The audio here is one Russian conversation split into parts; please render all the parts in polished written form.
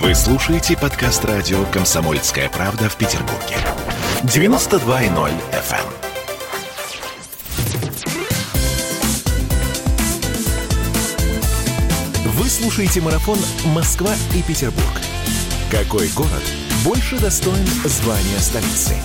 Вы слушаете подкаст радио «Комсомольская правда» в Петербурге. 92.0 FM. Вы слушаете марафон «Москва и Петербург». Какой город больше достоин звания столицы?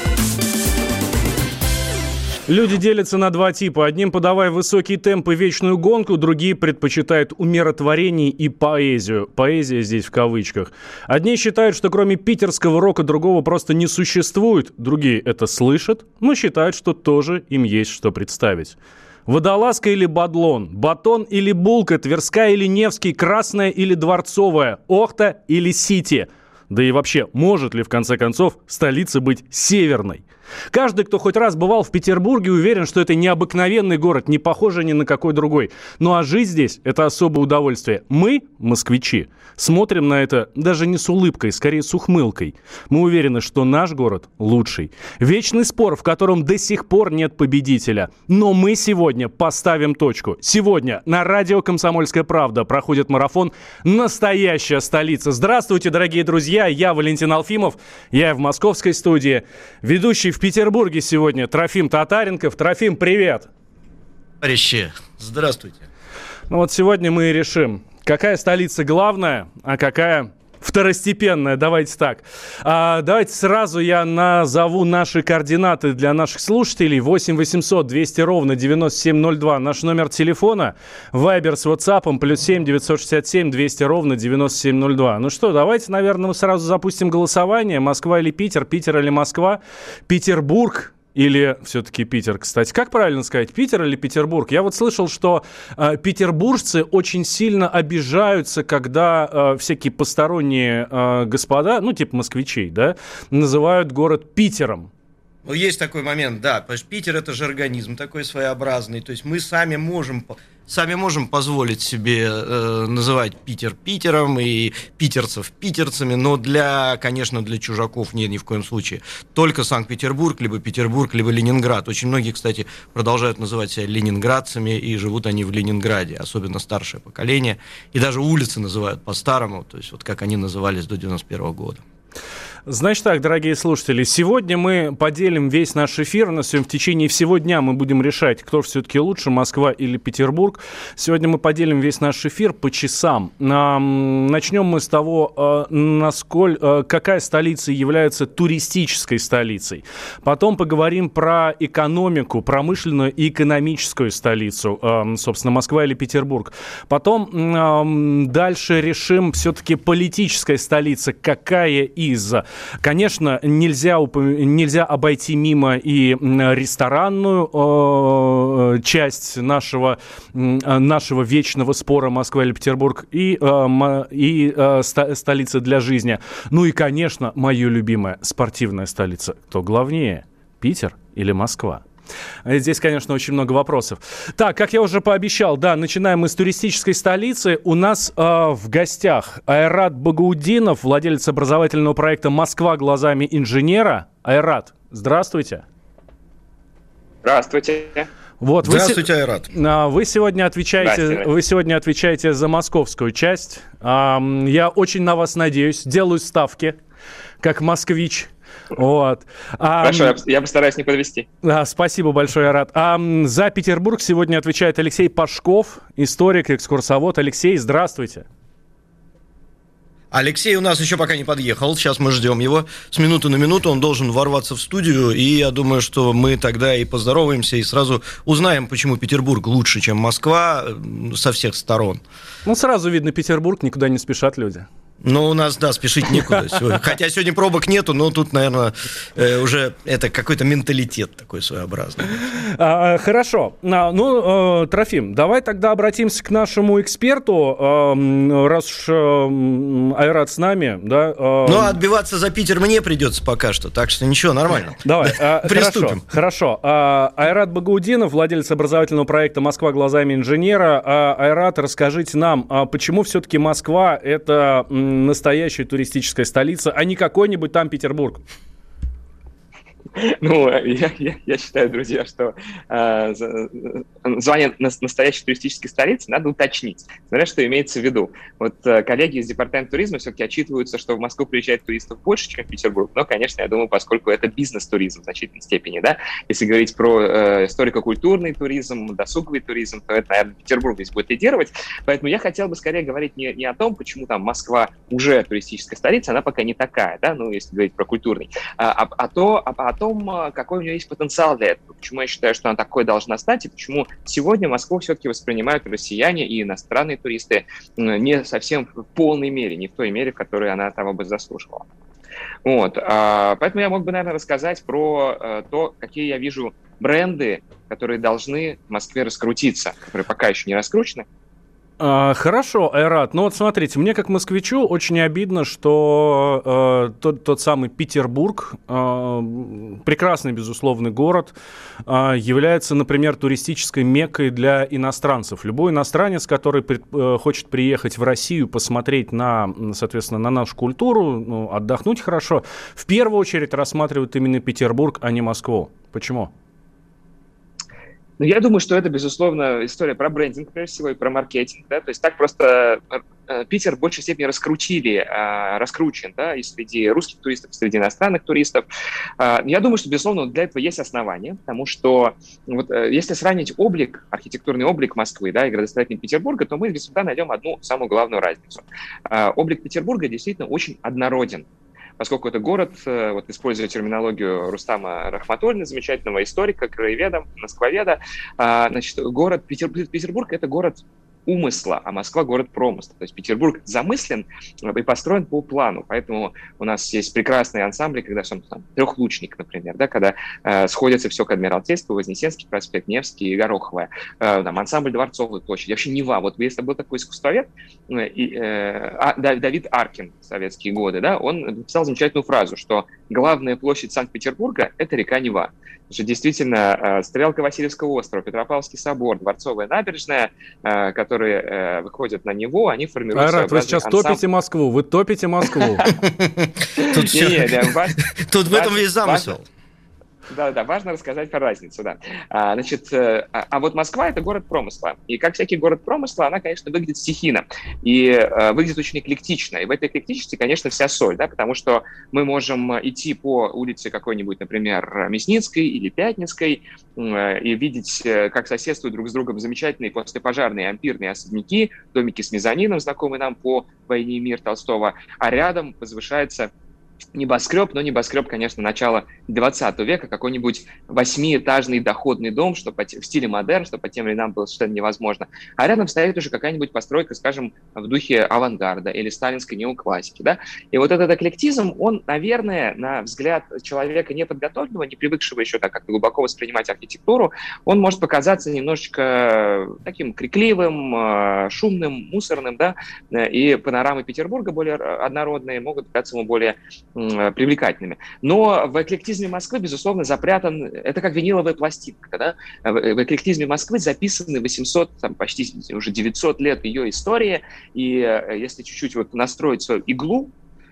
Люди делятся на два типа. Одним подавая высокий темп и вечную гонку, другие предпочитают умиротворение и поэзию. Поэзия здесь в кавычках. Одни считают, что кроме питерского рока другого просто не существует. Другие это слышат, но считают, что тоже им есть что представить. Водолазка или бадлон, батон или булка, Тверская или Невский, Красная или Дворцовая, Охта или Сити. Да и вообще, может ли в конце концов столица быть северной? Каждый, кто хоть раз бывал в Петербурге, уверен, что это необыкновенный город, не похожий ни на какой другой. Ну а жить здесь – это особое удовольствие. Мы, москвичи, смотрим на это даже не с улыбкой, скорее с ухмылкой. Мы уверены, что наш город лучший. Вечный спор, в котором до сих пор нет победителя. Но мы сегодня поставим точку. Сегодня на радио «Комсомольская правда» проходит марафон «Настоящая столица». Здравствуйте, дорогие друзья, я Валентин Алфимов, я в московской студии, ведущий в Петербурге сегодня Трофим Татаренков. Трофим, привет! Товарищи, здравствуйте. Ну вот сегодня мы и решим, какая столица главная, а какая второстепенная. Давайте так. Давайте сразу я назову наши координаты для наших слушателей. 8 800 200 ровно 9702. Наш номер телефона. Вайбер с WhatsApp +7 967 200 ровно 9702. Ну что, давайте, наверное, мы сразу запустим голосование. Москва или Питер? Питер или Москва? Петербург или все-таки Питер, кстати? Как правильно сказать, Питер или Петербург? Я вот слышал, что петербуржцы очень сильно обижаются, когда всякие посторонние господа, ну, типа москвичей, да, называют город Питером. Ну, есть такой момент, да, потому что Питер – это же организм такой своеобразный, то есть мы сами можем позволить себе называть Питер Питером и питерцев питерцами, но конечно, для чужаков нет ни в коем случае. Только Санкт-Петербург, либо Ленинград. Очень многие, кстати, продолжают называть себя ленинградцами, и живут они в Ленинграде, особенно старшее поколение, и даже улицы называют по-старому, то есть вот как они назывались до 91 года. Значит так, дорогие слушатели, сегодня мы поделим весь наш эфир. У нас сегодня в течение всего дня мы будем решать, кто все-таки лучше, Москва или Петербург. Сегодня мы поделим весь наш эфир по часам. Начнем мы с того, какая столица является туристической столицей. Потом поговорим про экономику, промышленную и экономическую столицу, собственно, Москва или Петербург. Потом дальше решим все-таки политическая столица, какая из. Конечно, нельзя обойти мимо и ресторанную часть нашего вечного спора Москва или Петербург и столица для жизни. Ну и, конечно, моя любимая спортивная столица. Кто главнее, Питер или Москва? Здесь, конечно, очень много вопросов. Так, как я уже пообещал, да, начинаем мы с туристической столицы. У нас в гостях Айрат Багаудинов, владелец образовательного проекта «Москва глазами инженера». Айрат, здравствуйте. Здравствуйте. Вот, здравствуйте, Айрат. Вы сегодня отвечаете за московскую часть. Я очень на вас надеюсь, делаю ставки, как москвич. Вот. Хорошо, я постараюсь не подвести. Спасибо большое, Айрат. За Петербург сегодня отвечает Алексей Пашков, историк, экскурсовод. Алексей, здравствуйте. Алексей у нас еще пока не подъехал, сейчас мы ждем его. С минуты на минуту он должен ворваться в студию, и я думаю, что мы тогда и поздороваемся, и сразу узнаем, почему Петербург лучше, чем Москва, со всех сторон. Ну, сразу видно, Петербург, никуда не спешат люди. Ну, у нас, да, спешить некуда. Хотя сегодня пробок нету, но тут, наверное, уже это какой-то менталитет такой своеобразный. Хорошо. Ну, Трофим, давай тогда обратимся к нашему эксперту, раз уж Айрат с нами. Да, ну, отбиваться за Питер мне придется пока что, так что ничего, нормально. Давай, приступим. Хорошо. Айрат Багаудинов, владелец образовательного проекта «Москва глазами инженера». Айрат, расскажите нам, почему все-таки Москва – это настоящая туристическая столица, а не какой-нибудь там Петербург? Ну, я считаю, друзья, что звание настоящей туристической столицы надо уточнить. Смотря что имеется в виду. Вот коллеги из департамента туризма все-таки отчитываются, что в Москву приезжает туристов больше, чем в Петербург. Но, конечно, я думаю, поскольку это бизнес-туризм в значительной степени, да, если говорить про историко-культурный туризм, досуговый туризм, то это, наверное, Петербург здесь будет лидировать. Поэтому я хотел бы скорее говорить не о том, почему там Москва уже туристическая столица, она пока не такая, да, ну, если говорить про культурный, о том, какой у нее есть потенциал для этого, почему я считаю, что она такой должна стать, и почему сегодня Москву все-таки воспринимают россияне и иностранные туристы не совсем в полной мере, не в той мере, в которой она того бы заслуживала. Вот. Поэтому я мог бы, наверное, рассказать про то, какие я вижу бренды, которые должны в Москве раскрутиться, которые пока еще не раскручены. Хорошо, Айрат. Ну вот смотрите, мне как москвичу очень обидно, что тот самый Петербург, прекрасный, безусловный город, является, например, туристической меккой для иностранцев. Любой иностранец, который хочет приехать в Россию, посмотреть соответственно, на нашу культуру, отдохнуть хорошо, в первую очередь рассматривает именно Петербург, а не Москву. Почему? Ну, я думаю, что это, безусловно, история про брендинг, прежде всего, и про маркетинг, да, то есть так просто Питер в большей степени раскручен, да, и среди русских туристов, и среди иностранных туристов. Я думаю, что, безусловно, для этого есть основания, потому что вот, если сравнить архитектурный облик Москвы, да, и градостроительный Петербурга, то мы всегда найдем одну самую главную разницу. Облик Петербурга действительно очень однороден. Поскольку это город, вот используя терминологию Рустама Рахматуллина, замечательного историка, краеведа, москвоведа, значит, город Петербург – это город умысла, а Москва – город промысла. То есть Петербург замыслен и построен по плану. Поэтому у нас есть прекрасные ансамбли, когда там «Трехлучник», например, да, когда сходятся все к Адмиралтейству, Вознесенский проспект, Невский и Гороховая. Там ансамбль Дворцовой площади. Вообще Нева. Вот если был такой искусствовед, Давид Аркин в советские годы, да, он написал замечательную фразу, что главная площадь Санкт-Петербурга – это река Нева. Потому что действительно стрелка Васильевского острова, Петропавловский собор, Дворцовая набережная, которые выходят на Неву, они формируют... Айрат, вы сейчас топите Москву, вы топите Москву. Тут в этом весь замысел. Да, важно рассказать про разницу, да. Значит, вот Москва – это город промысла. И как всякий город промысла, она, конечно, выглядит стихийно и выглядит очень эклектично. И в этой эклектичности, конечно, вся соль, да, потому что мы можем идти по улице какой-нибудь, например, Мясницкой или Пятницкой и видеть, как соседствуют друг с другом замечательные послепожарные ампирные особняки, домики с мезонином, знакомые нам по «Войне и мир» Толстого, а рядом возвышается небоскреб, но небоскреб, конечно, начала 20 века, какой-нибудь 8-этажный доходный дом, что в стиле модерн, что по тем временам было совершенно невозможно. А рядом стоит уже какая-нибудь постройка, скажем, в духе авангарда или сталинской неоклассики, да. И вот этот эклектизм, он, наверное, на взгляд человека неподготовленного, не привыкшего еще так как-то глубоко воспринимать архитектуру, он может показаться немножечко таким крикливым, шумным, мусорным, да, и панорамы Петербурга более однородные могут казаться ему более привлекательными. Но в эклектизме Москвы, безусловно, запрятан... Это как виниловая пластинка, да? В эклектизме Москвы записаны 800, там, почти уже 900 лет ее истории, и если чуть-чуть вот настроить свою иглу,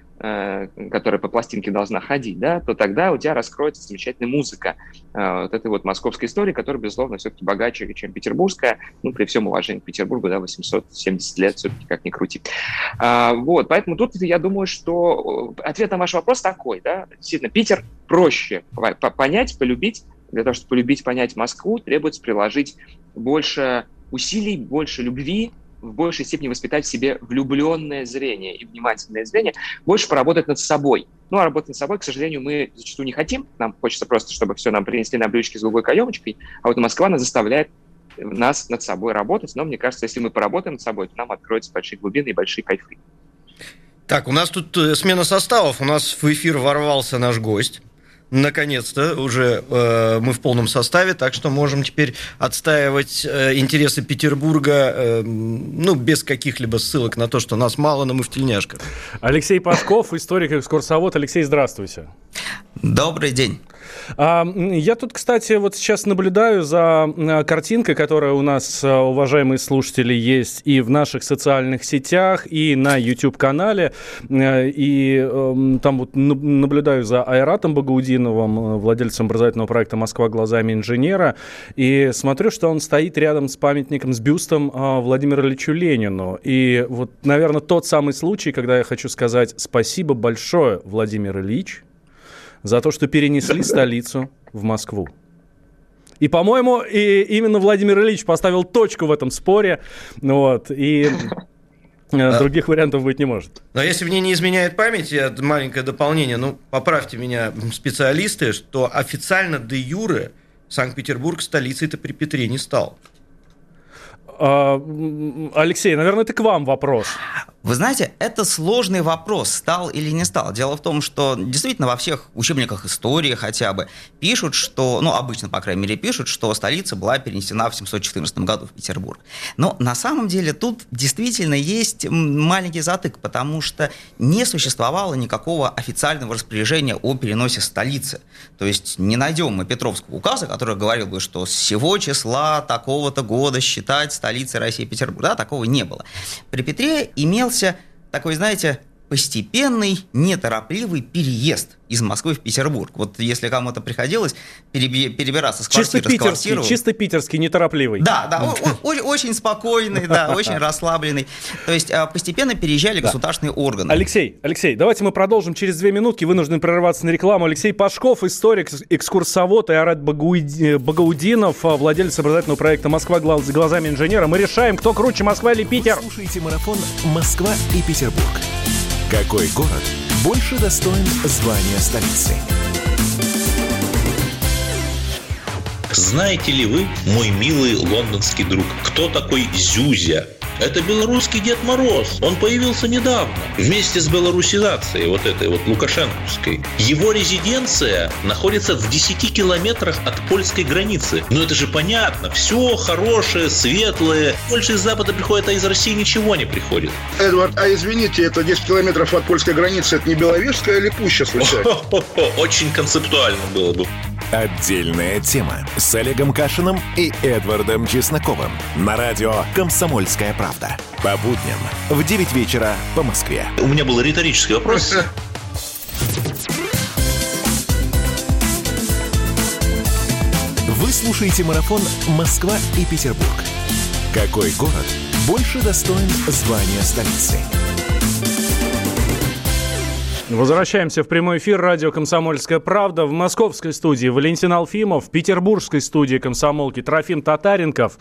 которая по пластинке должна ходить, да, то тогда у тебя раскроется замечательная музыка вот этой вот московской истории, которая, безусловно, все-таки богаче, чем петербургская, ну, при всем уважении к Петербургу, да, 870 лет все-таки как ни крути. Вот, поэтому тут я думаю, что ответ на ваш вопрос такой, да, действительно, Питер проще понять, полюбить. Для того, чтобы полюбить, понять Москву, требуется приложить больше усилий, больше любви, в большей степени воспитать в себе влюбленное зрение и внимательное зрение, больше поработать над собой. Ну, а работать над собой, к сожалению, мы зачастую не хотим. Нам хочется просто, чтобы все нам принесли на блюдечке с голубой каемочкой, а вот Москва нас заставляет нас над собой работать. Но мне кажется, если мы поработаем над собой, то нам откроются большие глубины и большие кайфы. Так, у нас тут смена составов. У нас в эфир ворвался наш гость. Наконец-то уже мы в полном составе, так что можем теперь отстаивать интересы Петербурга, ну, без каких-либо ссылок на то, что нас мало, но мы в тельняшках. Алексей Пашков, историк, экскурсовод. Алексей, здравствуйте. Добрый день. Я тут, кстати, вот сейчас наблюдаю за картинкой, которая у нас, уважаемые слушатели, есть и в наших социальных сетях, и на YouTube-канале. И там вот наблюдаю за Айратом Багаудиновым, владельцем образовательного проекта «Москва глазами инженера». И смотрю, что он стоит рядом с памятником, с бюстом Владимиру Ильичу Ленину. И вот, наверное, тот самый случай, когда я хочу сказать спасибо большое, Владимир Ильич, за то, что перенесли столицу в Москву. И, по-моему, именно Владимир Ильич поставил точку в этом споре. Вот, и других вариантов быть не может. Но если мне не изменяет память, маленькое дополнение, поправьте меня, специалисты, что официально де-юре Санкт-Петербург столицей-то при Петре не стал. Алексей, наверное, это к вам вопрос. Вы знаете, это сложный вопрос, стал или не стал. Дело в том, что действительно во всех учебниках истории хотя бы пишут, что, обычно, по крайней мере, пишут, что столица была перенесена в 714 году в Петербург. Но на самом деле тут действительно есть маленький затык, потому что не существовало никакого официального распоряжения о переносе столицы. То есть не найдем мы Петровского указа, который говорил бы, что с сего числа такого-то года считать столицей России Петербург. Да, такого не было. При Петре имелся такой, знаете, постепенный, неторопливый переезд из Москвы в Петербург. Вот если кому-то приходилось перебираться с квартиры в квартиру... Чисто питерский, неторопливый. Да, очень спокойный, да, очень расслабленный. То есть постепенно переезжали государственные органы. Алексей, давайте мы продолжим через 2 минутки. Вынуждены прерываться на рекламу. Алексей Пашков, историк, экскурсовод, и Айрат Багаудинов, владелец образовательного проекта «Москва глазами инженера». Мы решаем, кто круче, Москва или Питер. Слушайте марафон «Москва и Петербург». Какой город больше достоин звания столицы? Знаете ли вы, мой милый лондонский друг, кто такой Зюзя? Это белорусский Дед Мороз. Он появился недавно, вместе с белорусизацией, вот этой вот лукашенковской. Его резиденция находится в 10 километрах от польской границы. Но это же понятно. Все хорошее, светлое. Больше из Запада приходит, а из России ничего не приходит. Эдвард, извините, это 10 километров от польской границы. Это не Беловежская или Пуща случайно? Очень концептуально было бы. Отдельная тема с Олегом Кашиным и Эдвардом Чесноковым на радио «Комсомольская правда». По будням в 9 вечера по Москве. У меня был риторический вопрос. Вы слушаете марафон «Москва и Петербург». Какой город больше достоин звания столицы? Возвращаемся в прямой эфир. Радио «Комсомольская правда». В московской студии Валентин Алфимов, в петербургской студии «Комсомолки» Трофим Татаренков.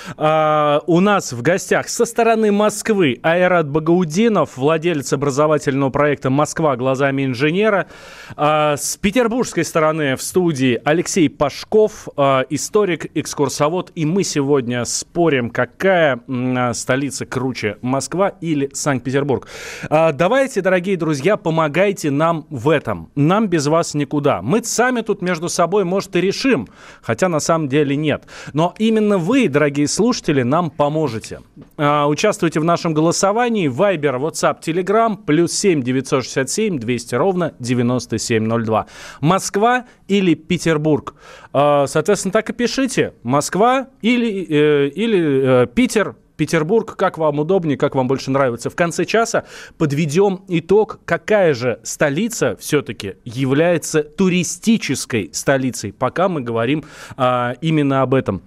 У нас в гостях со стороны Москвы Айрат Багаудинов, владелец образовательного проекта «Москва глазами инженера». С петербургской стороны в студии Алексей Пашков, историк, экскурсовод. И мы сегодня спорим, какая столица круче, Москва или Санкт-Петербург. Давайте, дорогие друзья, помогайте нам в этом. Нам без вас никуда. Мы сами тут между собой, может, и решим, хотя на самом деле нет. Но именно вы, дорогие слушатели, нам поможете. Участвуйте в нашем голосовании. Вайбер, WhatsApp, Telegram, +7 967 200 ровно 9702. Москва или Петербург? Соответственно, так и пишите. Москва или Питер. Петербург, как вам удобнее, как вам больше нравится. В конце часа подведем итог, какая же столица все-таки является туристической столицей, пока мы говорим именно об этом.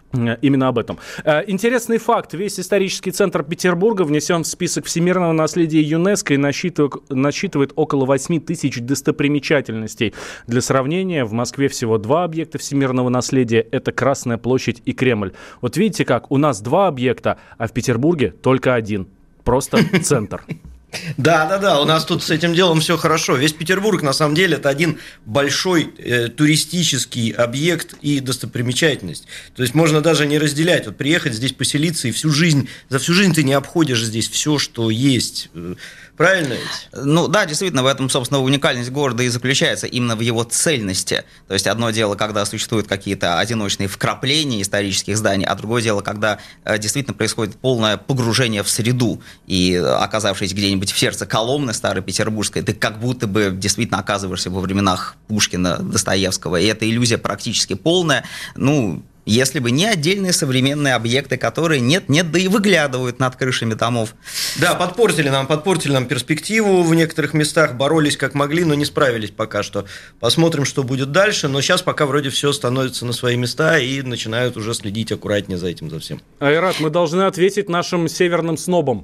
Интересный факт. Весь исторический центр Петербурга внесен в список всемирного наследия ЮНЕСКО и насчитывает около 8 тысяч достопримечательностей. Для сравнения, в Москве всего 2 объекта всемирного наследия. Это Красная площадь и Кремль. Вот видите как, у нас 2 объекта, а в Петербурге только 1. Просто центр. Да, у нас тут с этим делом все хорошо. Весь Петербург, на самом деле, это один большой туристический объект и достопримечательность. То есть можно даже не разделять. Вот приехать здесь, поселиться, и за всю жизнь ты не обходишь здесь все, что есть. Правильно ведь? Да, действительно, в этом, собственно, уникальность города и заключается именно в его цельности. То есть одно дело, когда существуют какие-то одиночные вкрапления исторических зданий, а другое дело, когда действительно происходит полное погружение в среду, и, оказавшись где-нибудь где-нибудь в сердце Коломны Старопетербургской, ты как будто бы действительно оказываешься во временах Пушкина, Достоевского, и эта иллюзия практически полная. Ну, если бы не отдельные современные объекты, которые нет-нет, да и выглядывают над крышами домов. Да, подпортили нам перспективу в некоторых местах, боролись как могли, но не справились пока что. Посмотрим, что будет дальше, но сейчас пока вроде все становится на свои места и начинают уже следить аккуратнее за этим, за всем. Айрат, мы должны ответить нашим северным снобам.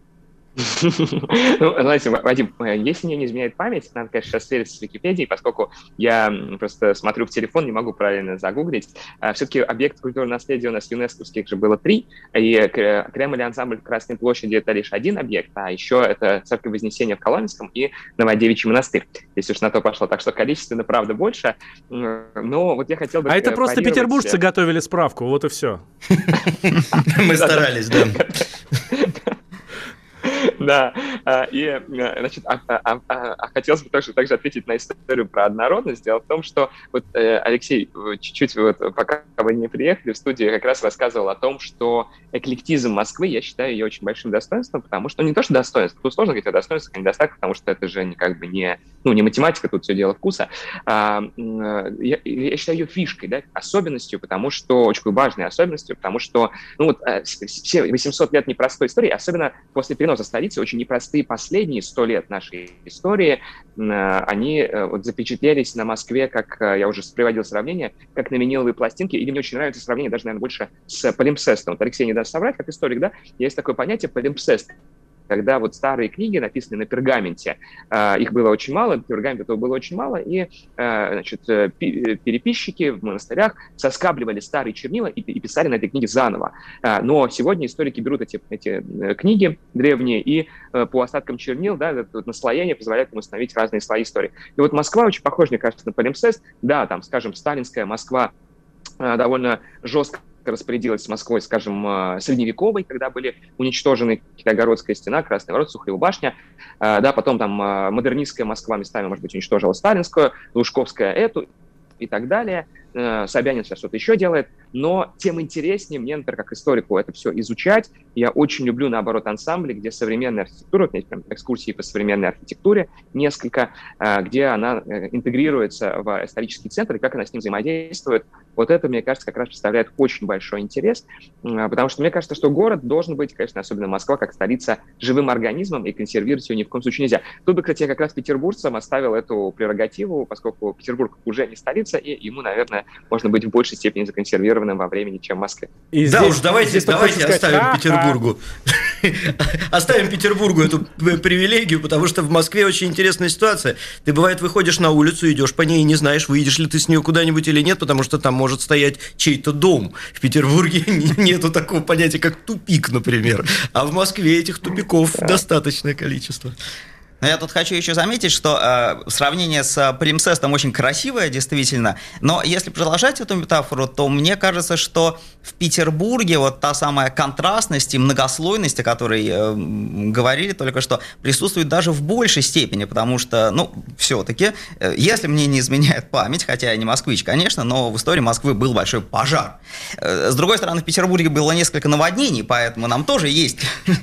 Ну, знаете, Вадим, если мне не изменяет память, надо, конечно, сейчас свериться с Википедией, поскольку я просто смотрю в телефон, не могу правильно загуглить. Все-таки объект культурного наследия у нас юнесковских же было 3, и Кремль и ансамбль Красной площади – это лишь один объект, а еще это Церковь Вознесения в Коломенском и Новодевичий монастырь, если уж на то пошло. Так что количественно, правда, больше, но вот я хотел бы... А это просто петербуржцы готовили справку, вот и все. Мы старались, да. Да, и, значит, хотелось бы также ответить на историю про однородность. Дело в том, что вот Алексей чуть-чуть вот, пока вы не приехали в студию, как раз рассказывал о том, что эклектизм Москвы, я считаю ее очень большим достоинством, потому что, ну, не то, что достоинство, тут сложно говорить о достоинствах, а недостатках, потому что это же как бы не математика, тут все дело вкуса. Я считаю ее фишкой, да, особенностью, потому что, очень важной особенностью, потому что, ну, вот все 800 лет непростой истории, особенно после переноса столицы, очень непростые последние 100 лет нашей истории, они вот запечатлелись на Москве, как я уже приводил сравнение, как на виниловые пластинки, или мне очень нравится сравнение даже, наверное, больше с палимпсестом. Вот Алексей не даст соврать, как историк, да, есть такое понятие палимпсест, когда вот старые книги, написанные на пергаменте, их было очень мало, пергамента этого было очень мало, и, значит, переписчики в монастырях соскабливали старые чернила и писали на этой книге заново. Но сегодня историки берут эти книги древние и по остаткам чернил, да, это наслоение позволяет им установить разные слои истории. И вот Москва очень похожа, мне кажется, на палимпсест. Да, там, скажем, сталинская Москва довольно жестко распорядилась с Москвой, скажем, средневековой, когда были уничтожены Китайгородская стена, Красный ворот, Сухарева башня, да, потом там модернистская Москва местами, может быть, уничтожила сталинскую, Лужковская эту и так далее. Собянин сейчас что-то еще делает, но тем интереснее мне, например, как историку это все изучать. Я очень люблю, наоборот, ансамбли, где современная архитектура, вот у меня есть прям экскурсии по современной архитектуре несколько, где она интегрируется в исторический центр и как она с ним взаимодействует. Вот это, мне кажется, как раз представляет очень большой интерес, потому что мне кажется, что город должен быть, конечно, особенно Москва, как столица, живым организмом, и консервировать ее ни в коем случае нельзя. Тут бы, кстати, я как раз петербуржцам оставил эту прерогативу, поскольку Петербург уже не столица, и ему, наверное, можно быть в большей степени законсервированным во времени, чем в Москве. И да, уж давайте оставим Петербургу. Оставим Петербургу эту привилегию, потому что в Москве очень интересная ситуация. Ты, бывает, выходишь на улицу, идешь по ней и не знаешь, выйдешь ли ты с нее куда-нибудь или нет, потому что там может стоять чей-то дом. В Петербурге нету такого понятия, как тупик, например. А в Москве этих тупиков достаточное количество. Но я тут хочу еще заметить, что сравнение с палимпсестом очень красивое, действительно, но если продолжать эту метафору, то мне кажется, что в Петербурге вот та самая контрастность и многослойность, о которой говорили только что, присутствует даже в большей степени, потому что, ну, все-таки, если мне не изменяет память, хотя я не москвич, конечно, но в истории Москвы был большой пожар. С другой стороны, в Петербурге было несколько наводнений, поэтому нам тоже есть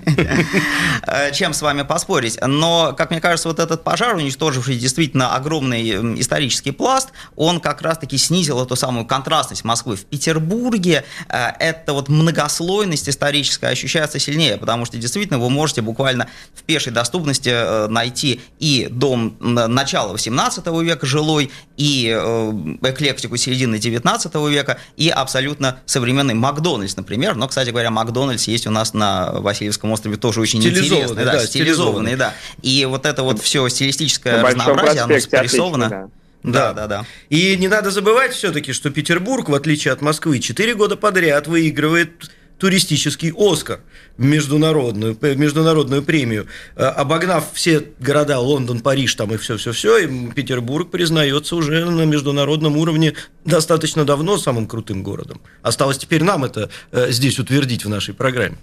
чем с вами поспорить, но, как мне кажется, вот этот пожар, уничтоживший действительно огромный исторический пласт, он как раз-таки снизил эту самую контрастность Москвы. В Петербурге эта вот многослойность историческая ощущается сильнее, потому что действительно вы можете буквально в пешей доступности найти и дом начала XVIII века жилой, и эклектику середины XIX века, и абсолютно современный Макдональдс, например. Но, кстати говоря, Макдональдс есть у нас на Васильевском острове тоже очень интересный. Да, стилизованный, да. И вот это вот все стилистическое разнообразие, оно спрессовано. Да. И не надо забывать все-таки, что Петербург, в отличие от Москвы, 4 года подряд выигрывает туристический «Оскар», международную премию, обогнав все города Лондон, Париж там и все-все-все, и Петербург признается уже на международном уровне достаточно давно самым крутым городом. Осталось теперь нам это здесь утвердить в нашей программе.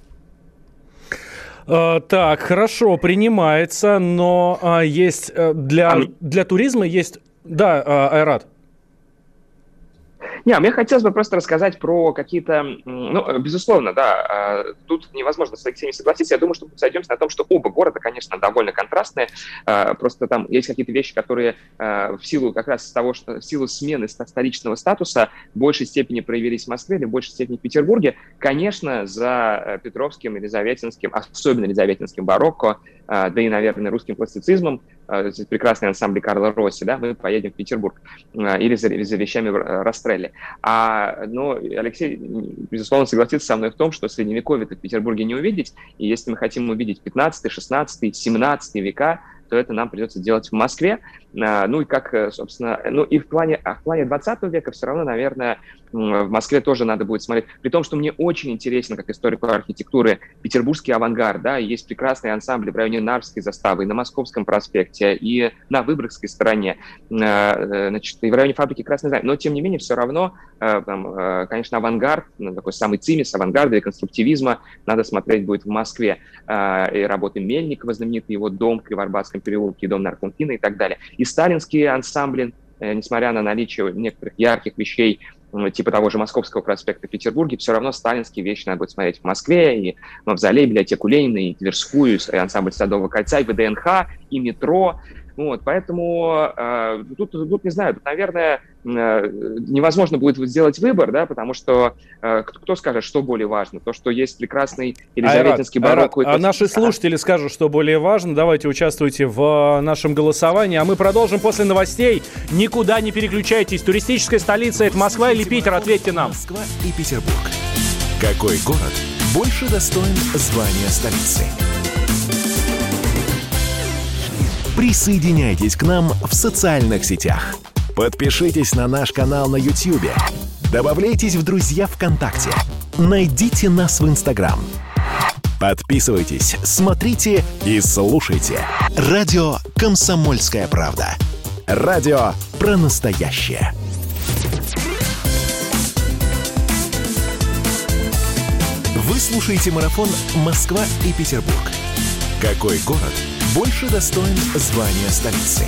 Так, хорошо, принимается, но есть для туризма есть... Да, Айрат. Мне хотелось бы просто рассказать про какие-то, безусловно, да, тут невозможно с Алексеем согласиться. Я думаю, что мы сойдемся на том, что оба города, конечно, довольно контрастные. Просто там есть какие-то вещи, которые в силу как раз того, что в силу смены столичного статуса в большей степени проявились в Москве или в большей степени в Петербурге. Конечно, за Петровским, Елизаветинским, особенно Елизаветинским барокко, да и, наверное, русским классицизмом, прекрасный ансамбль Карла Росси, да, мы поедем в Петербург или за вещами Растрелли. Алексей, безусловно, согласится со мной в том, что средневековье-то в Петербурге не увидеть, и если мы хотим увидеть 15, 16, 17 века, то это нам придется делать в Москве. И в плане 20 века все равно, наверное, в Москве тоже надо будет смотреть. При том, что мне очень интересно, как историку архитектуры, петербургский авангард, да, есть прекрасные ансамбли в районе Нарвской заставы, и на Московском проспекте, и на Выборгской стороне, и в районе фабрики Красный Знамя. Но, тем не менее, все равно, конечно, авангард, такой самый цимис авангарда и конструктивизма надо смотреть будет в Москве. И работы Мельникова, знаменитый его дом в Кривоарбатском переулке, дом Наркомфина и так далее. И сталинские ансамбли, несмотря на наличие некоторых ярких вещей, типа того же Московского проспекта в Петербурге, все равно сталинские вещи надо будет смотреть в Москве, и Мавзолей, библиотеку Ленина, и Тверскую, и ансамбль Садового кольца, и ВДНХ, и метро. Поэтому тут, не знаю, наверное, невозможно будет сделать выбор, да, потому что кто скажет, что более важно? То, что есть прекрасный Елизаветинский барокко. А наши слушатели скажут, что более важно. Давайте участвуйте в нашем голосовании. А мы продолжим после новостей. Никуда не переключайтесь. Туристическая столица — это Москва или Питер? Ответьте нам. Москва и Петербург. Какой город больше достоин звания столицы? Присоединяйтесь к нам в социальных сетях. Подпишитесь на наш канал на YouTube. Добавляйтесь в друзья ВКонтакте. Найдите нас в Инстаграм. Подписывайтесь, смотрите и слушайте. Радио «Комсомольская правда». Радио про настоящее. Вы слушаете марафон «Москва и Петербург». Какой город больше достоин звания столицы?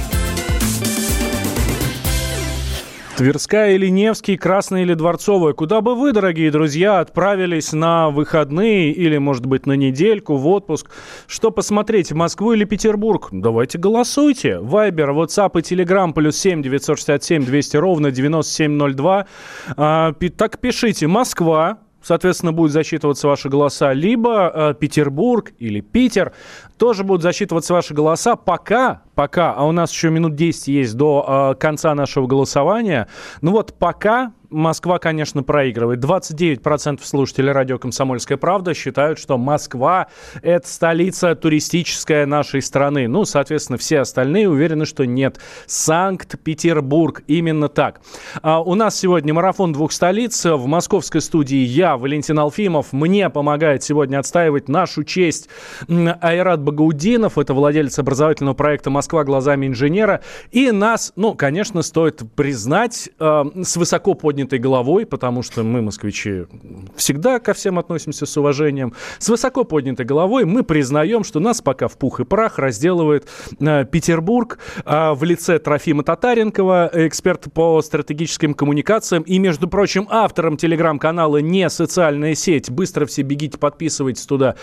Тверская или Невский, Красная или Дворцовая? Куда бы вы, дорогие друзья, отправились на выходные или, может быть, на недельку в отпуск? Что посмотреть, Москву или Петербург? Давайте голосуйте. Вайбер, WhatsApp и Telegram +7 967 200 ровно 9702. Так пишите: Москва. Соответственно, будут засчитываться ваши голоса. Либо Петербург или Питер. Тоже будут засчитываться ваши голоса. Пока, а у нас еще минут 10 есть до конца нашего голосования. Пока Москва, конечно, проигрывает. 29% слушателей радио «Комсомольская правда» считают, что Москва – это столица туристическая нашей страны. Соответственно, все остальные уверены, что нет. Санкт-Петербург. Именно так. У нас сегодня марафон двух столиц. В московской студии я, Валентин Алфимов. Мне помогает сегодня отстаивать нашу честь Айрат Багаудинов. Это владелец образовательного проекта «Москва глазами инженера». И нас, конечно, стоит признать с высоко поднятой головой, потому что мы, москвичи, всегда ко всем относимся с уважением. С высоко поднятой головой мы признаем, что нас пока в пух и прах разделывает Петербург в лице Трофима Татаренкова, эксперт по стратегическим коммуникациям и, между прочим, автором телеграм-канала «Не социальная сеть». Быстро все бегите, подписывайтесь туда.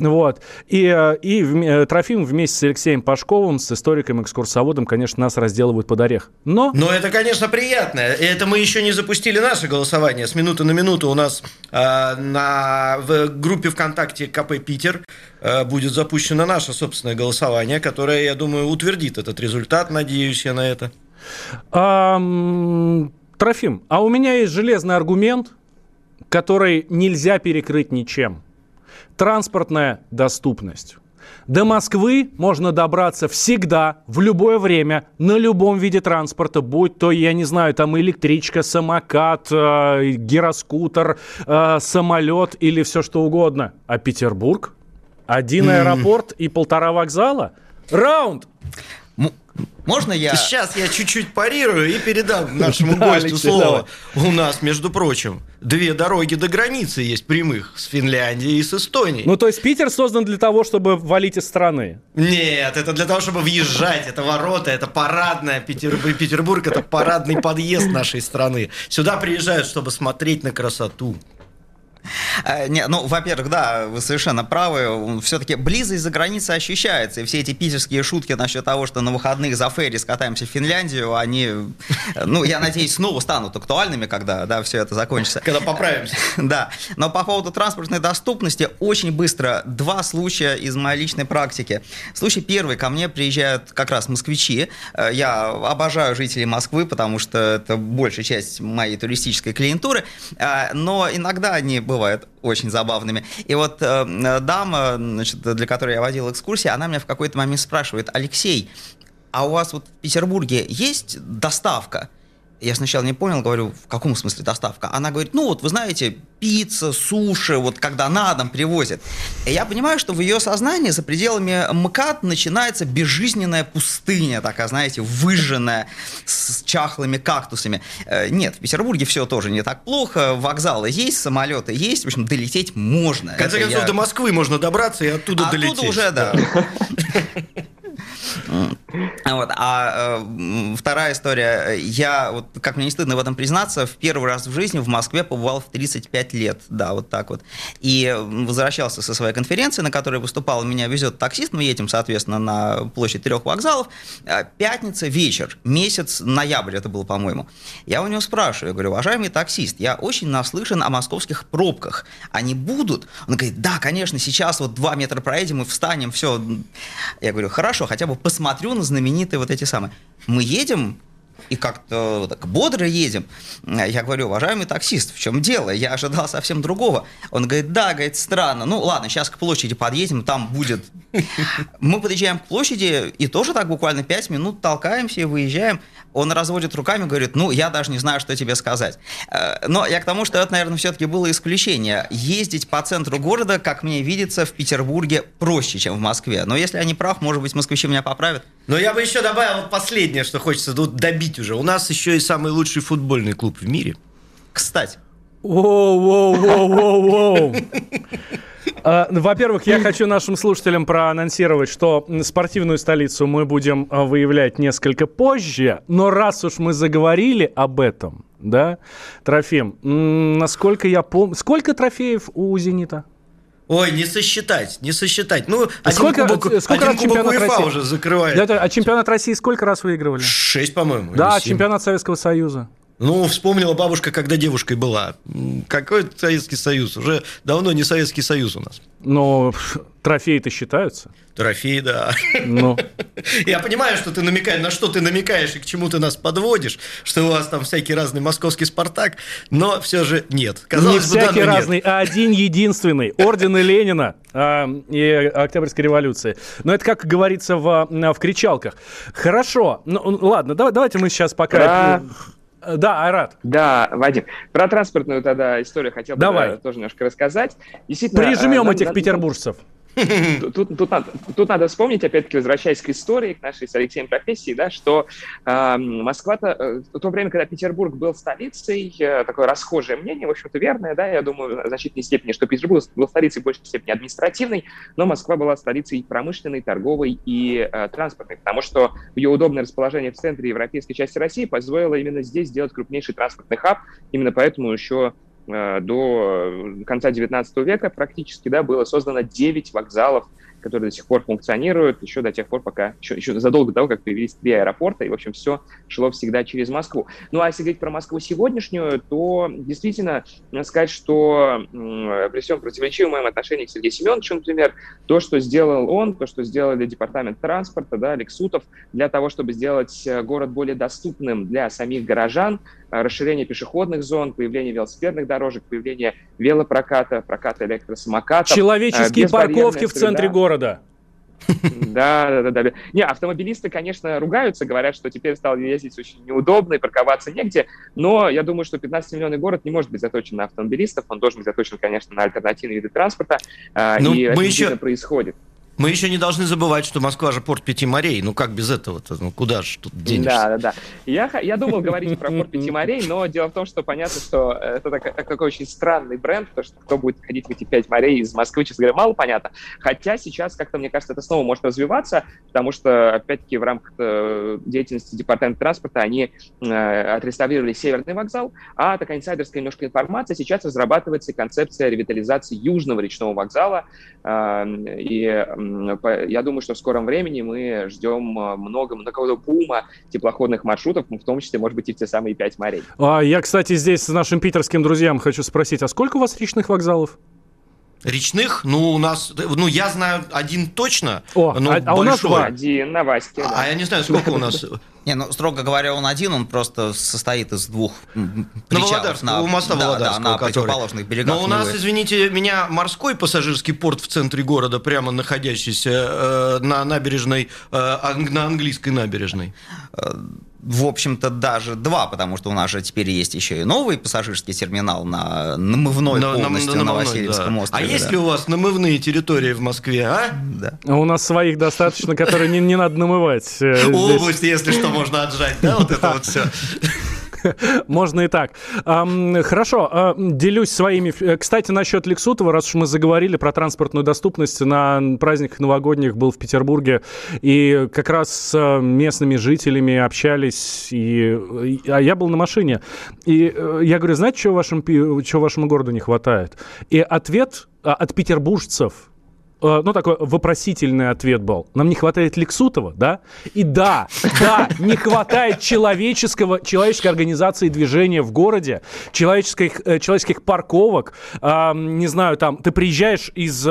И Трофим вместе с Алексеем Пашковым, с историком-экскурсоводом, конечно, нас разделывают под орех. Но это, конечно, приятно. Это мы еще не запустили наше голосование. С минуты на минуту у нас в группе ВКонтакте КП Питер будет запущено наше собственное голосование, которое, я думаю, утвердит этот результат. Надеюсь я на это. Трофим, у меня есть железный аргумент, который нельзя перекрыть ничем. Транспортная доступность. До Москвы можно добраться всегда, в любое время, на любом виде транспорта, будь то, я не знаю, там электричка, самокат, гироскутер, самолет или все что угодно. А Петербург? Один аэропорт и 1,5 вокзала? Раунд! Можно я... Сейчас я чуть-чуть парирую и передам нашему гостю слово. У нас, между прочим, 2 дороги до границы есть прямых с Финляндией и с Эстонией. Ну, то есть Питер создан для того, чтобы валить из страны? Нет, это для того, чтобы въезжать. Это ворота, это парадная. Петербург — это парадный подъезд нашей страны. Сюда приезжают, чтобы смотреть на красоту. Не, ну, во-первых, да, вы совершенно правы. Все-таки близость за границей ощущается. И все эти питерские шутки насчет того, что на выходных за ферри скатаемся в Финляндию, они, ну, я надеюсь, снова станут актуальными, когда, да, все это закончится. Когда поправимся. Да. Но по поводу транспортной доступности очень быстро 2 случая из моей личной практики. Случай первый. Ко мне приезжают как раз москвичи. Я обожаю жителей Москвы, потому что это большая часть моей туристической клиентуры. Но иногда они бывают очень забавными. И вот дама, значит, для которой я водил экскурсии, она меня в какой-то момент спрашивает: Алексей, а у вас вот в Петербурге есть доставка? Я сначала не понял, говорю, в каком смысле доставка? Она говорит, ну вот вы знаете, пицца, суши, вот когда на дом привозят. И я понимаю, что в ее сознании за пределами МКАД начинается безжизненная пустыня, такая, знаете, выжженная, с чахлыми кактусами. Нет, в Петербурге все тоже не так плохо, вокзалы есть, самолеты есть, в общем, долететь можно. В конце концов, до Москвы можно добраться и оттуда долететь. Оттуда уже, да. Вот. А вторая история. Я, вот, как мне не стыдно в этом признаться, в первый раз в жизни в Москве побывал в 35 лет. Да, вот так вот. И возвращался со своей конференции, на которой выступал. Меня везет таксист, мы едем, соответственно, на площадь 3 вокзалов. Пятница, вечер, месяц, ноябрь это был, по-моему. Я у него спрашиваю, я говорю, уважаемый таксист, я очень наслышан о московских пробках. Они будут? Он говорит, да, конечно, сейчас вот 2 метра проедем и встанем, все. Я говорю, хорошо, хотя бы посмотрю на знаменитые вот эти самые. Мы едем и как-то так бодро едем. Я говорю, уважаемый таксист, в чем дело? Я ожидал совсем другого. Он говорит, да, говорит, странно. Ну, ладно, сейчас к площади подъедем, там будет... Мы подъезжаем к площади, и тоже так буквально 5 минут толкаемся и выезжаем. Он разводит руками, говорит, ну, я даже не знаю, что тебе сказать. Но я к тому, что это, наверное, все-таки было исключение. Ездить по центру города, как мне видится, в Петербурге проще, чем в Москве. Но если я не прав, может быть, москвичи меня поправят. Но я бы еще добавил вот последнее, что хочется тут добить уже. У нас еще и самый лучший футбольный клуб в мире. Кстати. Воу-воу-воу-воу-воу. Во-первых, я хочу нашим слушателям проанонсировать, что спортивную столицу мы будем выявлять несколько позже, но раз уж мы заговорили об этом, да, Трофим, насколько я помню... Сколько трофеев у «Зенита»? Ой, не сосчитать. Ну, сколько один кубок УЕФА уже закрывает. Да, а чемпионат России сколько раз выигрывали? 6, по-моему. Да, чемпионат Советского Союза. Ну, вспомнила бабушка, когда девушкой была. Какой Советский Союз? Уже давно не Советский Союз у нас. Но трофеи-то считаются. Трофеи, да. Ну. Я понимаю, что ты намекаешь, на что ты намекаешь и к чему ты нас подводишь, что у вас там всякий разный московский «Спартак», но все же нет. Казалось бы, всякий разный, а один единственный. Ордены Ленина и Октябрьской революции. Но это, как говорится, в кричалках. Хорошо. Ну, ладно, давайте мы сейчас пока... Да, Айрат. Да, Вадим. Про транспортную тогда историю хотел бы тоже немножко рассказать. Прижмем этих петербуржцев. Тут надо вспомнить, опять-таки, возвращаясь к истории, к нашей с Алексеем профессии, да, что Москва-то, в то время, когда Петербург был столицей, такое расхожее мнение, в общем-то, верное, да, я думаю, в значительной степени, что Петербург был столицей в большей степени административной, но Москва была столицей промышленной, торговой и транспортной, потому что ее удобное расположение в центре европейской части России позволило именно здесь сделать крупнейший транспортный хаб, именно поэтому еще до конца 19 века практически, да, было создано 9 вокзалов, которые до сих пор функционируют, еще до тех пор, пока, еще задолго до того, как появились 3 аэропорта, и, в общем, все шло всегда через Москву. Ну, а если говорить про Москву сегодняшнюю, то действительно, надо сказать, что при всем противоречивом моем отношении к Сергею Семеновичу, например, то, что сделал он, то, что сделали департамент транспорта, да, Лексутов, для того, чтобы сделать город более доступным для самих горожан, расширение пешеходных зон, появление велосипедных дорожек, появление велопроката, проката электросамокатов. Человеческие парковки в центре города. Да. Не, автомобилисты, конечно, ругаются, говорят, что теперь стало ездить очень неудобно и парковаться негде, но я думаю, что 15-миллионный город не может быть заточен на автомобилистов, он должен быть заточен, конечно, на альтернативные виды транспорта, и это действительно происходит. Мы еще не должны забывать, что Москва же порт 5 морей. Ну как без этого-то? Ну куда же тут денешься? Да. Я думал говорить про порт 5 морей, но дело в том, что понятно, что это такой очень странный бренд, потому что кто будет ходить в эти 5 морей из Москвы, честно говоря, мало понятно. Хотя сейчас, как-то, мне кажется, это снова может развиваться, потому что, опять-таки, в рамках деятельности департамента транспорта они отреставрировали Северный вокзал, а такая инсайдерская немножко информация, сейчас разрабатывается концепция ревитализации Южного речного вокзала, и я думаю, что в скором времени мы ждем много бума теплоходных маршрутов, в том числе, может быть, и в те самые 5 морей. Я, кстати, здесь с нашим питерским друзьям хочу спросить, а сколько у вас речных вокзалов? Речных? У нас, я знаю один точно. У нас два. Один на Ваське. А я не знаю, сколько у нас. Строго говоря, он один, он просто состоит из двух причалов у моста Володарского, на противоположных берегах. Но у нас, извините меня, морской пассажирский порт в центре города, прямо находящийся на набережной, на английской набережной. В общем-то, даже два, потому что у нас же теперь есть еще и новый пассажирский терминал на намывной полностью на Васильевском острове. А есть ли у вас намывные территории в Москве, а? Да. У нас своих достаточно, которые не надо намывать. Область, если что, можно отжать, да, вот это вот все. Можно и так. Хорошо, делюсь своими... Кстати, насчет Лексутова, раз уж мы заговорили про транспортную доступность, на праздниках новогодних был в Петербурге, и как раз с местными жителями общались, а я был на машине. И я говорю, знаете, чего вашему городу не хватает? И ответ от петербуржцев, такой вопросительный ответ был. Нам не хватает Лексутова, да? И да, не хватает человеческой организации движения в городе, человеческих парковок. Не знаю, там, ты приезжаешь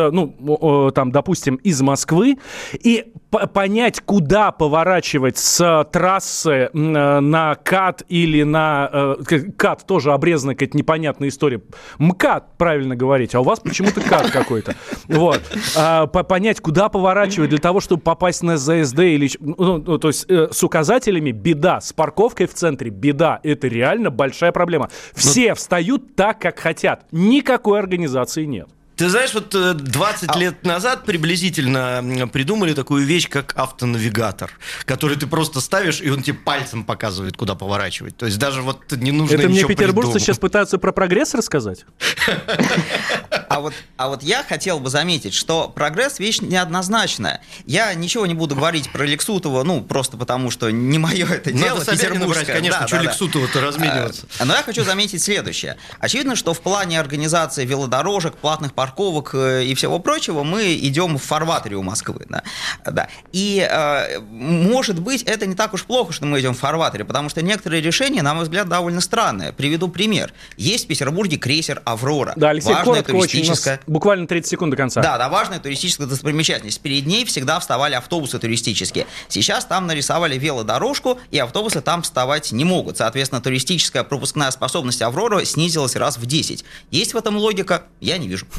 допустим, из Москвы, и понять, куда поворачивать с трассы на КАТ или на... КАТ тоже обрезанная какая-то непонятная история. МКАД, правильно говорить, а у вас почему-то КАТ какой-то. Вот. Понять, куда поворачивать для того, чтобы попасть на ЗСД или... то есть с указателями беда, с парковкой в центре беда. Это реально большая проблема. Все встают так, как хотят. Никакой организации нет. Ты знаешь, 20 лет назад приблизительно придумали такую вещь, как автонавигатор, который ты просто ставишь, и он тебе пальцем показывает, куда поворачивать. То есть даже не нужно ничего придумать. Это мне петербуржцы придумать. Сейчас пытаются про прогресс рассказать? А вот я хотел бы заметить, что прогресс — вещь неоднозначная. Я ничего не буду говорить про Лексутова, просто потому, что не мое это дело. Надо Собянина брать, конечно, что Лексутова-то размениваться. Но я хочу заметить следующее. Очевидно, что в плане организации велодорожек, платных парковок и всего прочего мы идем в фарватере у Москвы. Да. И, может быть, это не так уж плохо, что мы идем в фарватере, потому что некоторые решения, на мой взгляд, довольно странные. Приведу пример. Есть в Петербурге крейсер «Аврора». Да, Алексей, коротко очень. Буквально 30 секунд до конца. Да, важная туристическая достопримечательность. Перед ней всегда вставали автобусы туристические. Сейчас там нарисовали велодорожку, и автобусы там вставать не могут. Соответственно, туристическая пропускная способность «Авроры» снизилась раз в 10. Есть в этом логика? Я не вижу.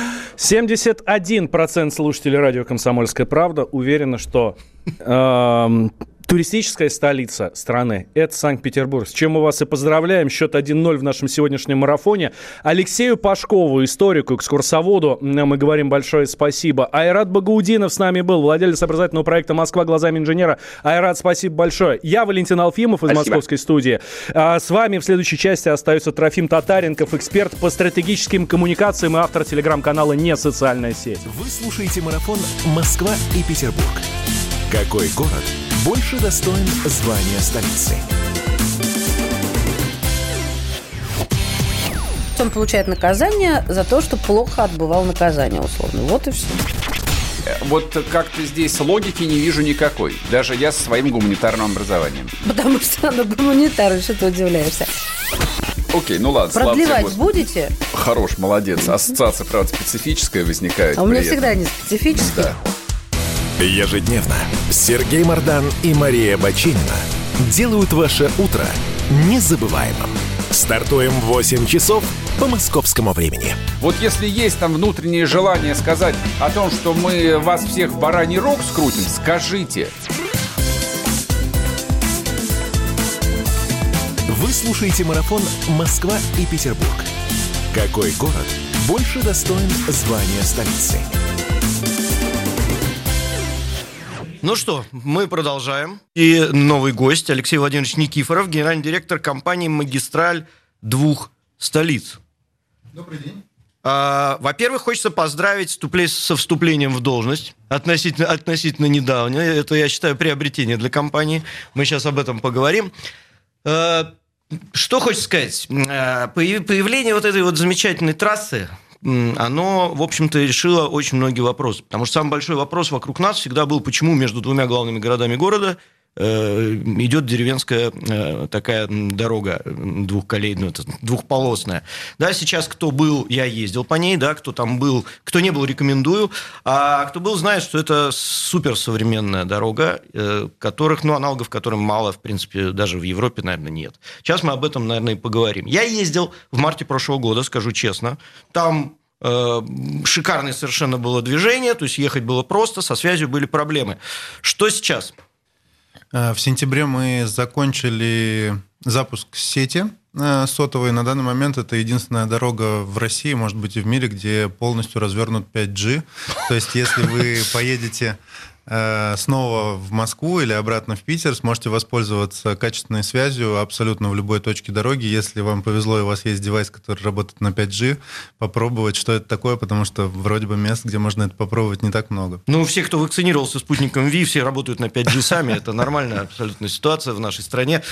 71% слушателей радио «Комсомольская правда» уверены, что... туристическая столица страны – это Санкт-Петербург. С чем мы вас и поздравляем. Счет 1-0 в нашем сегодняшнем марафоне. Алексею Пашкову, историку, экскурсоводу, мы говорим большое спасибо. Айрат Багаудинов с нами был, владелец образовательного проекта «Москва глазами инженера». Айрат, спасибо большое. Я Валентин Алфимов из московской студии. С вами в следующей части остается Трофим Татаренков, эксперт по стратегическим коммуникациям и автор телеграм-канала «Не социальная сеть». Вы слушаете марафон «Москва и Петербург». Какой город больше достоин звания столицы? Он получает наказание за то, что плохо отбывал наказание, условно. Вот и все. Вот как-то здесь логики не вижу никакой. Даже я со своим гуманитарным образованием. Потому что она гуманитарная, что ты удивляешься. Окей, ладно. Продлевать будете? Хорош, молодец. Ассоциация, правда, специфическая возникает. А у меня всегда они специфические. Да. Ежедневно Сергей Мардан и Мария Бачинина делают ваше утро незабываемым. Стартуем в 8 часов по московскому времени. Вот если есть там внутреннее желание сказать о том, что мы вас всех в бараний рог скрутим, скажите. Вы слушаете марафон «Москва и Петербург». Какой город больше достоин звания столицы? Ну что, мы продолжаем. И новый гость Алексей Владимирович Никифоров, генеральный директор компании «Магистраль двух столиц». Добрый день. Во-первых, хочется поздравить со вступлением в должность. Относительно недавно. Это, я считаю, приобретение для компании. Мы сейчас об этом поговорим. Что хочется сказать? Появление вот этой вот замечательной трассы, оно, в общем-то, решило очень многие вопросы. Потому что самый большой вопрос вокруг нас всегда был, почему между двумя главными городами города идет деревенская такая дорога двухколейная, двухполосная. Да, сейчас кто был, я ездил по ней, да, кто там был, кто не был, рекомендую, а кто был, знает, что это суперсовременная дорога, аналогов которым мало, в принципе, даже в Европе, наверное, нет. Сейчас мы об этом, наверное, и поговорим. Я ездил в марте прошлого года, скажу честно, там шикарное совершенно было движение, то есть ехать было просто, со связью были проблемы. Что сейчас? В сентябре мы закончили запуск сети сотовой. На данный момент это единственная дорога в России, может быть, и в мире, где полностью развернут 5G. То есть, если вы поедете снова в Москву или обратно в Питер, сможете воспользоваться качественной связью абсолютно в любой точке дороги. Если вам повезло и у вас есть девайс, который работает на 5G, попробовать, что это такое, потому что вроде бы мест, где можно это попробовать, не так много. Ну, все, кто вакцинировался спутником ВИ, все работают на 5G сами. Это нормальная абсолютно ситуация в нашей стране.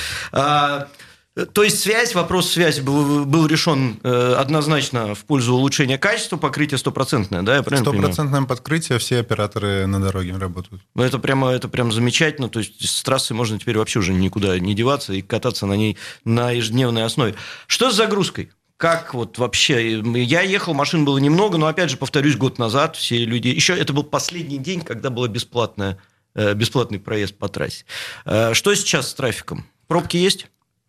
То есть вопрос связи был решен однозначно в пользу улучшения качества, покрытие 100%, да, я правильно понимаю? 100% подкрытие, все операторы на дороге работают. Это прям замечательно, то есть с трассы можно теперь вообще уже никуда не деваться и кататься на ней на ежедневной основе. Что с загрузкой? Как вот вообще? Я ехал, машин было немного, но, опять же, повторюсь, год назад все люди... Еще это был последний день, когда был бесплатный проезд по трассе. Что сейчас с трафиком? Пробки есть?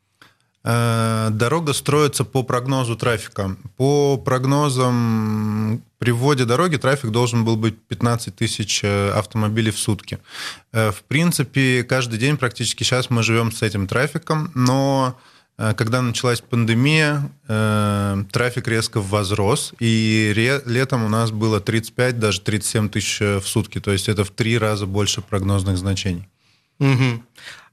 Дорога строится по прогнозу трафика. По прогнозам при вводе дороги трафик должен был быть 15 тысяч автомобилей в сутки. В принципе, каждый день практически сейчас мы живем с этим трафиком, но когда началась пандемия, трафик резко возрос, и летом у нас было 35, даже 37 тысяч в сутки, то есть это в 3 раза больше прогнозных значений. Угу.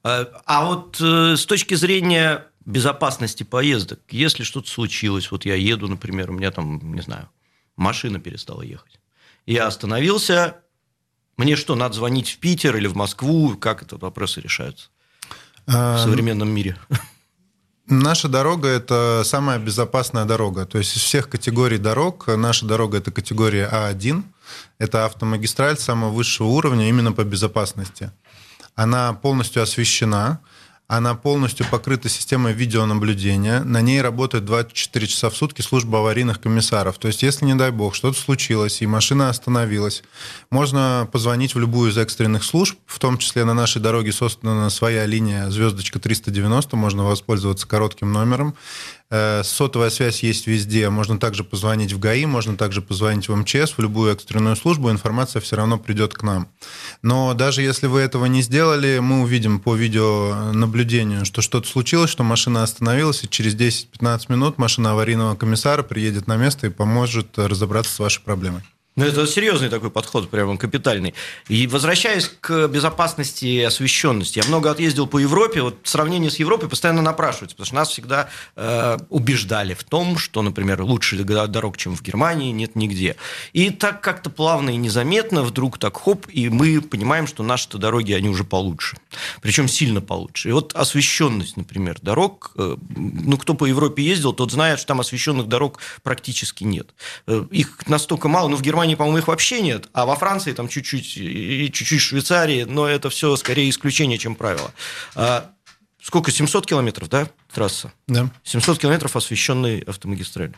А вот с точки зрения безопасности поездок, если что-то случилось, вот я еду, например, у меня там, не знаю, машина перестала ехать, я остановился, мне что, надо звонить в Питер или в Москву, как этот вопрос решается в современном мире? Наша дорога – это самая безопасная дорога. То есть из всех категорий дорог наша дорога – это категория А1. Это автомагистраль самого высшего уровня именно по безопасности. Она полностью освещена, она полностью покрыта системой видеонаблюдения. На ней работает 24 часа в сутки служба аварийных комиссаров. То есть, если, не дай бог, что-то случилось, и машина остановилась, можно позвонить в любую из экстренных служб, в том числе на нашей дороге создана своя линия звездочка 390, можно воспользоваться коротким номером. Сотовая связь есть везде. Можно также позвонить в ГАИ, можно также позвонить в МЧС, в любую экстренную службу, информация все равно придет к нам. Но даже если вы этого не сделали, мы увидим по видеонаблюдению, что что-то случилось, что машина остановилась, и через 10-15 минут машина аварийного комиссара приедет на место и поможет разобраться с вашей проблемой. Ну, это серьезный такой подход, прямо капитальный. И возвращаясь к безопасности и освещенности, я много отъездил по Европе, вот в сравнении с Европой постоянно напрашивается, потому что нас всегда убеждали в том, что, например, лучше дорог, чем в Германии, нет нигде. И так как-то плавно и незаметно вдруг так хоп, и мы понимаем, что наши-то дороги, они уже получше, причем сильно получше. И вот освещенность, например, дорог, ну, кто по Европе ездил, тот знает, что там освещенных дорог практически нет. Их настолько мало, но в Германии, по-моему, их вообще нет, а во Франции там чуть-чуть, и чуть-чуть в Швейцарии, но это все скорее исключение, чем правило. Сколько, 700 километров, да, трасса? Да. 700 километров освещенной автомагистрали.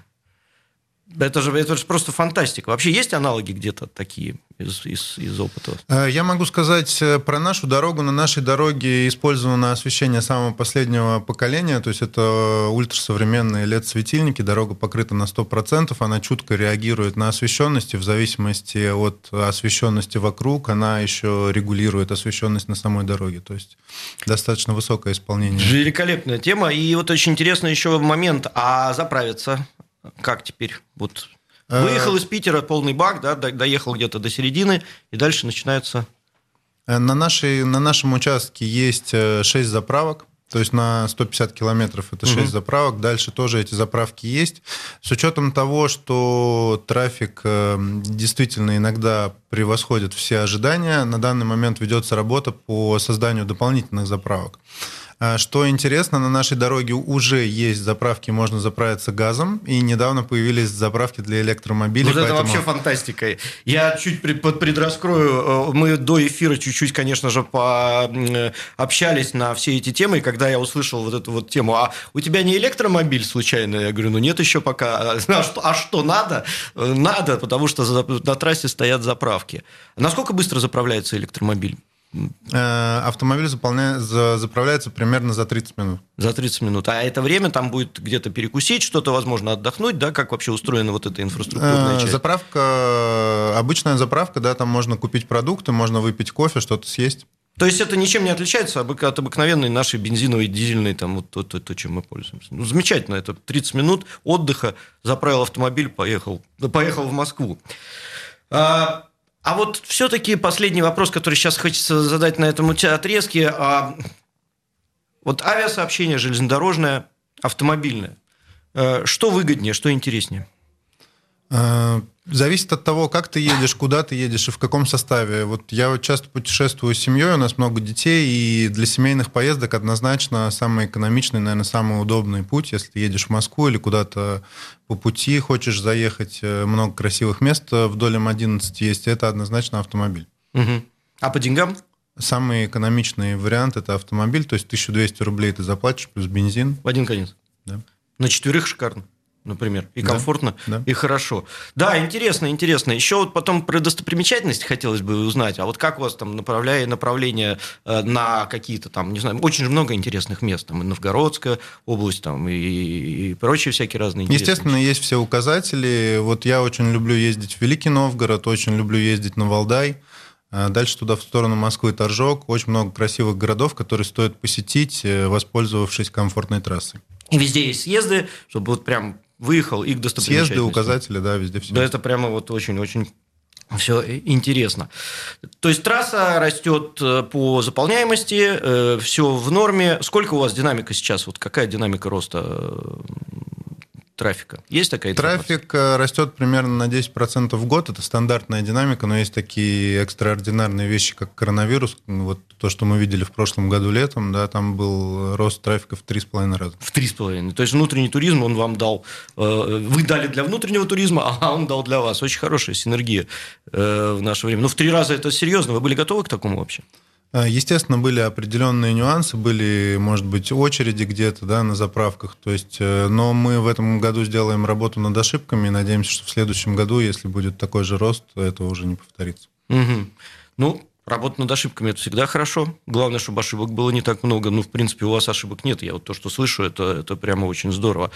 Это же просто фантастика. Вообще есть аналоги где-то такие из опыта? Я могу сказать про нашу дорогу. На нашей дороге использовано освещение самого последнего поколения, то есть это ультрасовременные LED-светильники, дорога покрыта на 100%, она чутко реагирует на освещенность, и в зависимости от освещенности вокруг она еще регулирует освещенность на самой дороге, то есть достаточно высокое исполнение. Великолепная тема, и вот очень интересный еще момент, а заправиться как теперь? Вот выехал из Питера, полный бак, да, доехал где-то до середины, и дальше начинается... На нашем участке есть 6 заправок. То есть на 150 километров это 6 заправок. Дальше тоже эти заправки есть. С учетом того, что трафик действительно иногда превосходит все ожидания, на данный момент ведется работа по созданию дополнительных заправок. Что интересно, на нашей дороге уже есть заправки, можно заправиться газом, и недавно появились заправки для электромобилей. Вот это вообще фантастика. Я чуть предраскрою, мы до эфира чуть-чуть, конечно же, общались на все эти темы, и когда я услышал вот эту вот тему, а у тебя не электромобиль случайно? Я говорю, нет еще пока. А что надо? Надо, потому что на трассе стоят заправки. Насколько быстро заправляется электромобиль? Автомобиль заправляется примерно за 30 минут. За 30 минут. А это время там будет где-то перекусить, что-то, возможно, отдохнуть, да? Как вообще устроена вот эта инфраструктурная часть? Обычная заправка, да, там можно купить продукты, можно выпить кофе, что-то съесть. То есть это ничем не отличается от обыкновенной нашей бензиновой, дизельной, там, вот то, чем мы пользуемся. Замечательно, это 30 минут отдыха, заправил автомобиль, поехал в Москву. А вот все-таки последний вопрос, который сейчас хочется задать на этом отрезке. Вот авиасообщение железнодорожное, автомобильное. Что выгоднее, что интереснее? Зависит от того, как ты едешь, куда ты едешь и в каком составе. Вот я часто путешествую с семьей, у нас много детей, и для семейных поездок однозначно самый экономичный, наверное, самый удобный путь, если ты едешь в Москву или куда-то по пути хочешь заехать, много красивых мест вдоль М11 есть, это однозначно автомобиль. Угу. А по деньгам? Самый экономичный вариант – это автомобиль, то есть 1200 рублей ты заплатишь плюс бензин. В один конец? Да. На 4 шикарно. Например, и комфортно, да. И хорошо. Да, интересно. Еще вот потом про достопримечательности хотелось бы узнать. А вот как у вас там направление на какие-то там, не знаю, очень много интересных мест. Там и Новгородская область, там и прочие всякие разные интересные. Естественно, есть все указатели. Вот я очень люблю ездить в Великий Новгород, очень люблю ездить на Валдай. Дальше туда, в сторону Москвы, Торжок. Очень много красивых городов, которые стоит посетить, воспользовавшись комфортной трассой. И везде есть съезды, чтобы вот прям выехал и к достопримечательности. Съезды, указатели, да, везде все. Да, это прямо вот очень-очень все интересно. То есть трасса растет по заполняемости, все в норме. Сколько у вас динамика сейчас? Вот какая динамика роста трафика? Есть такая информация? Трафик растет примерно на 10% в год. Это стандартная динамика, но есть такие экстраординарные вещи, как коронавирус. Вот то, что мы видели в прошлом году летом, да, там был рост трафика в 3,5 раза. В 3,5. То есть внутренний туризм он вам дал, вы дали для внутреннего туризма, а он дал для вас. Очень хорошая синергия в наше время. Но в 3 раза это серьезно. Вы были готовы к такому вообще? Естественно, были определенные нюансы, были, может быть, очереди где-то, да, на заправках. То есть, но мы в этом году сделаем работу над ошибками и надеемся, что в следующем году, если будет такой же рост, то это уже не повторится. Угу. Ну, работа над ошибками – это всегда хорошо. Главное, чтобы ошибок было не так много. Ну, в принципе, у вас ошибок нет. Я вот то, что слышу, это прямо очень здорово.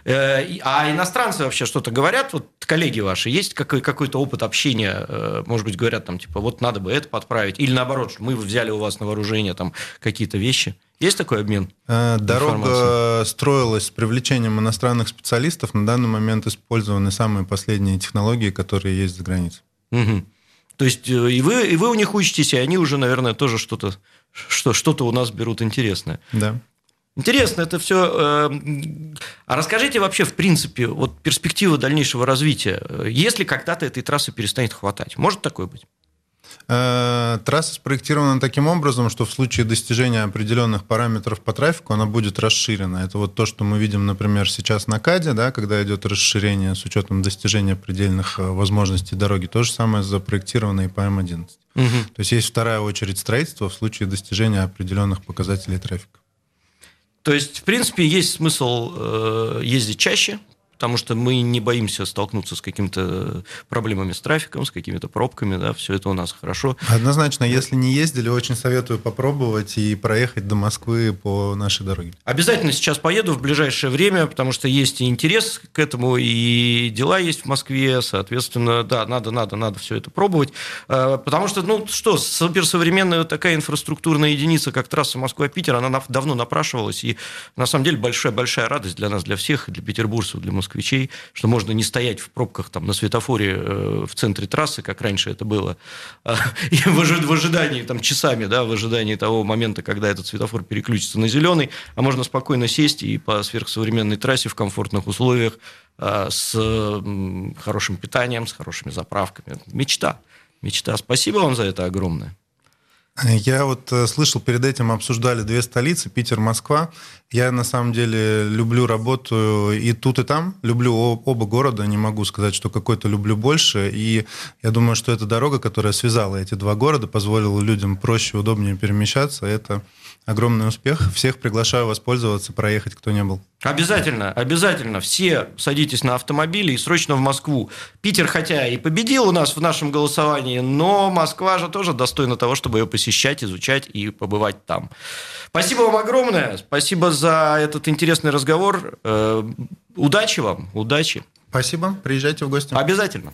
А иностранцы вообще что-то говорят? Вот коллеги ваши, есть какой-то опыт общения? Может быть, говорят там, типа, вот надо бы это подправить. Или наоборот, мы взяли у вас на вооружение там какие-то вещи. Есть такой обмен? Дорога строилась с привлечением иностранных специалистов. На данный момент использованы самые последние технологии, которые есть за границей. Угу. То есть и вы у них учитесь, и они уже, наверное, тоже что-то у нас берут интересное. Да. Интересно это все. А расскажите вообще, в принципе, вот перспективы дальнейшего развития. Если когда-то этой трассы перестанет хватать, может такое быть? Трасса спроектирована таким образом, что в случае достижения определенных параметров по трафику она будет расширена. Это вот то, что мы видим, например, сейчас на КАДе, да, когда идет расширение с учетом достижения предельных возможностей дороги. То же самое запроектировано и по М11. Угу. То есть есть вторая очередь строительства в случае достижения определенных показателей трафика. То есть, в принципе, есть смысл ездить чаще, потому что мы не боимся столкнуться с какими-то проблемами с трафиком, с какими-то пробками, да, все это у нас хорошо. Однозначно, если не ездили, очень советую попробовать и проехать до Москвы по нашей дороге. Обязательно сейчас поеду в ближайшее время, потому что есть и интерес к этому, и дела есть в Москве, соответственно, да, надо все это пробовать, потому что, суперсовременная такая инфраструктурная единица, как трасса Москва-Питер, она давно напрашивалась, и на самом деле большая радость для нас, для всех, для петербуржцев, для москвичей. москвичей, что можно не стоять в пробках там, на светофоре в центре трассы, как раньше это было, и в ожидании там, часами, да, в ожидании того момента, когда этот светофор переключится на зеленый, а можно спокойно сесть и по сверхсовременной трассе в комфортных условиях с хорошим питанием, с хорошими заправками. Мечта. Спасибо вам за это огромное. Я вот слышал, перед этим обсуждали две столицы, Питер, Москва. Я, на самом деле, люблю работу и тут, и там. Люблю оба города, не могу сказать, что какой-то люблю больше. И я думаю, что эта дорога, которая связала эти два города, позволила людям проще, удобнее перемещаться. Это огромный успех. Всех приглашаю воспользоваться, проехать, кто не был. Обязательно. Все садитесь на автомобили и срочно в Москву. Питер, хотя и победил у нас в нашем голосовании, но Москва же тоже достойна того, чтобы ее посещать, изучать и побывать там. Спасибо вам огромное. Спасибо за этот интересный разговор. Удачи вам. Удачи. Спасибо. Приезжайте в гости. Обязательно.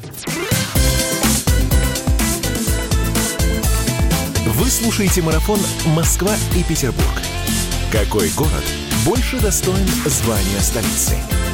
Вы слушаете марафон «Москва и Петербург». Какой город больше достоин звания столицы?